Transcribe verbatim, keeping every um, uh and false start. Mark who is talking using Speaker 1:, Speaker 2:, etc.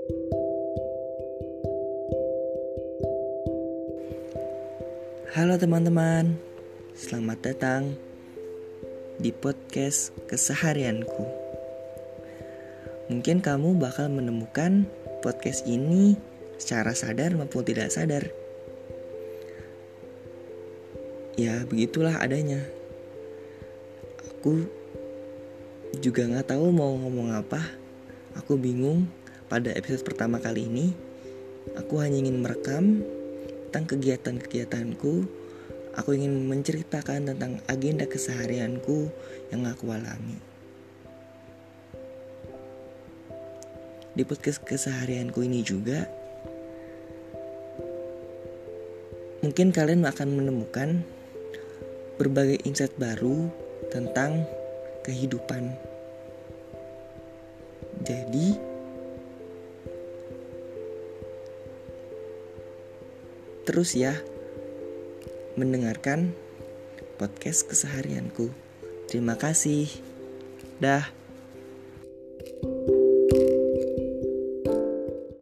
Speaker 1: Halo teman-teman, selamat datang di podcast keseharianku. Mungkin kamu bakal menemukan podcast ini secara sadar maupun tidak sadar. Ya begitulah adanya. Aku juga gak tahu mau ngomong apa. Aku bingung pada episode pertama kali ini. Aku hanya ingin merekam tentang kegiatan-kegiatanku. Aku ingin menceritakan tentang agenda keseharianku yang aku alami. Di podcast keseharianku ini juga mungkin kalian akan menemukan berbagai insight baru tentang kehidupan. Jadi terus ya mendengarkan podcast keseharianku. Terima kasih. Dah.